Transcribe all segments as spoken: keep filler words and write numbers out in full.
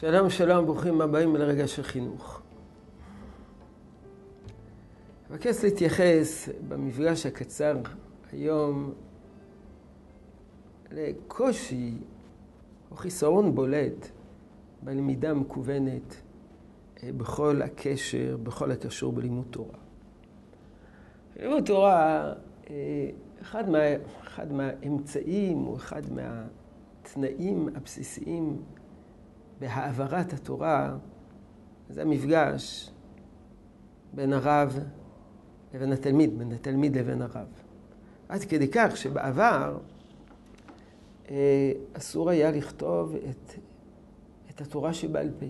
שלום שלום, ברוכים הבאים לרגע של חינוך. אבקש להתייחס במפגש הקצר היום לקושי או חיסרון בולט בלמידה מקוונת בכל הקשר, בכל הקשור בלימוד תורה. לימוד תורה, אחד, מה, אחד מהאמצעים או אחד מהתנאים הבסיסיים בהעברת התורה, זה המפגש בין הרב לבין התלמיד, בין התלמיד לבין הרב. עד כדי כך שבעבר אה, אסור היה לכתוב את, את התורה שבעל פה.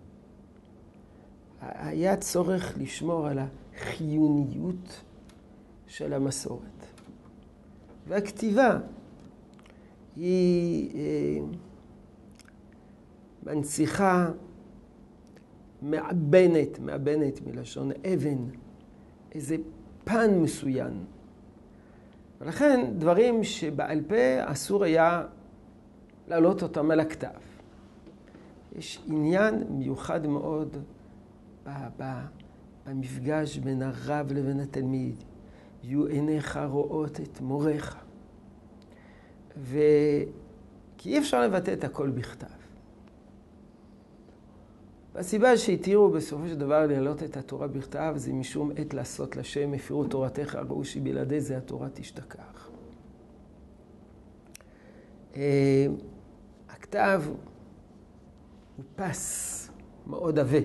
היה צורך לשמור על החיוניות של המסורת. והכתיבה היא אה, מנציחה, מעבנת, מעבנת מלשון אבן, איזה פן מסוים. ולכן דברים שבעל פה אסור היה להעלות אותם על הכתב. יש עניין מיוחד מאוד במפגש בין הרב לבין התלמיד. יהיו עיניך רואות את מורך. ו... כי אי אפשר לבטא את הכל בכתב. והסיבה שהתירו בסופו של דבר להעלות את התורה בכתב זה משום עת לעשות לשם מפירות תורתך, ראו שבלעדי זה התורה תשתכח. הכתב הוא פס מאוד עבה.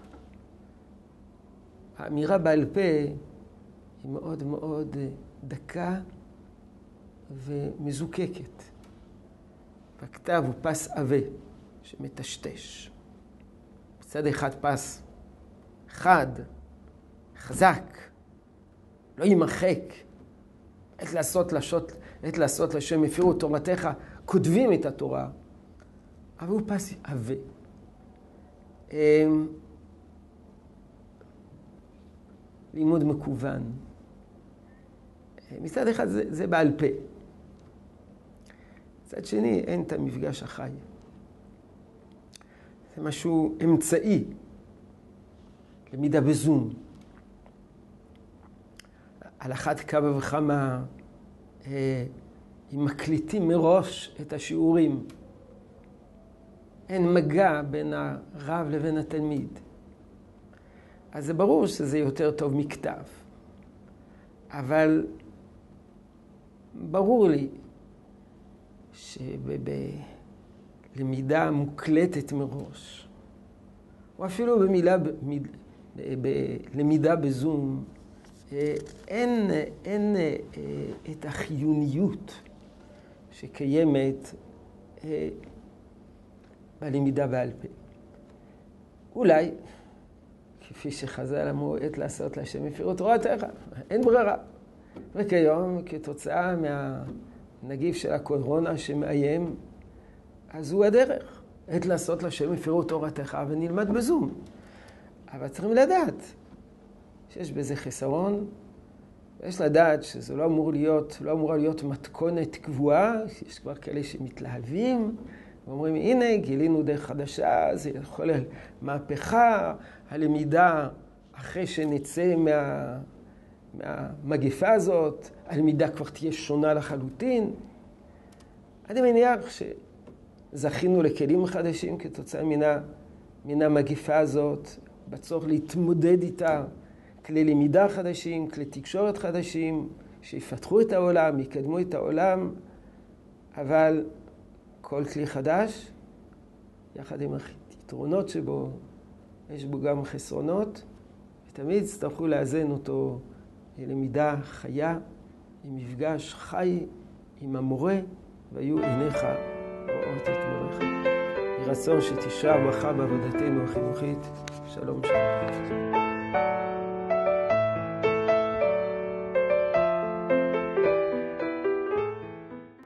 האמירה בעל פה היא מאוד מאוד דקה ומזוקקת. הכתב הוא פס עבה שמטשטש. בצד אחד פס חד, חזק, לא יימחק. עת לעשות לשות, עת לעשות לשם מפירות תורתך, כותבים את התורה, אבל הוא פס עבה. לימוד מקוון. מצד אחד זה, זה בעל פה. מצד שני אין את המפגש החי. זה משהו אמצעי, למידה בזום. על אחת כמה וכמה, אה, אם מקליטים מראש את השיעורים. אין מגע בין הרב לבין התלמיד. אז זה ברור שזה יותר טוב מכתב. אבל ברור לי שבלמידה מוקלטת מראש, או אפילו במילה, בלמידה בזום, אין, אין את החיוניות שקיימת בלמידה בעל פה. אולי, כפי שחז"ל אמרו, עת לעשות להשם מפירות תורתך, אין ברירה. וכיום, כתוצאה מהנגיף של הקורונה שמאיים, אז הוא הדרך. עת לעשות להשם מפירות תורתך ונלמד בזום. אבל צריכים לדעת שיש בזה חיסרון, ויש לדעת שזה לא אמור להיות, לא אמורה להיות מתכונת קבועה, יש כבר כאלה שמתלהבים, ואומרים, הנה, גילינו דרך חדשה, זה יכול להיות מהפכה, הלמידה אחרי שנצא מה, מהמגפה הזאת, הלמידה כבר תהיה שונה לחלוטין. אני מניח שזכינו לכלים חדשים כתוצאה מן, מן המגפה הזאת, בצורך להתמודד איתה, כלי למידה חדשים, כלי תקשורת חדשים, שיפתחו את העולם, יקדמו את העולם, אבל כל כלי חדש, יחד עם היתרונות שבו, יש בו גם חסרונות, ותמיד יצטרכו לאזן אותו למידה חיה, עם מפגש חי עם המורה, והיו עיניך רואות את מורך. יהי רצון שתשרה ברכה בעבודתנו החינוכית. שלום שלום.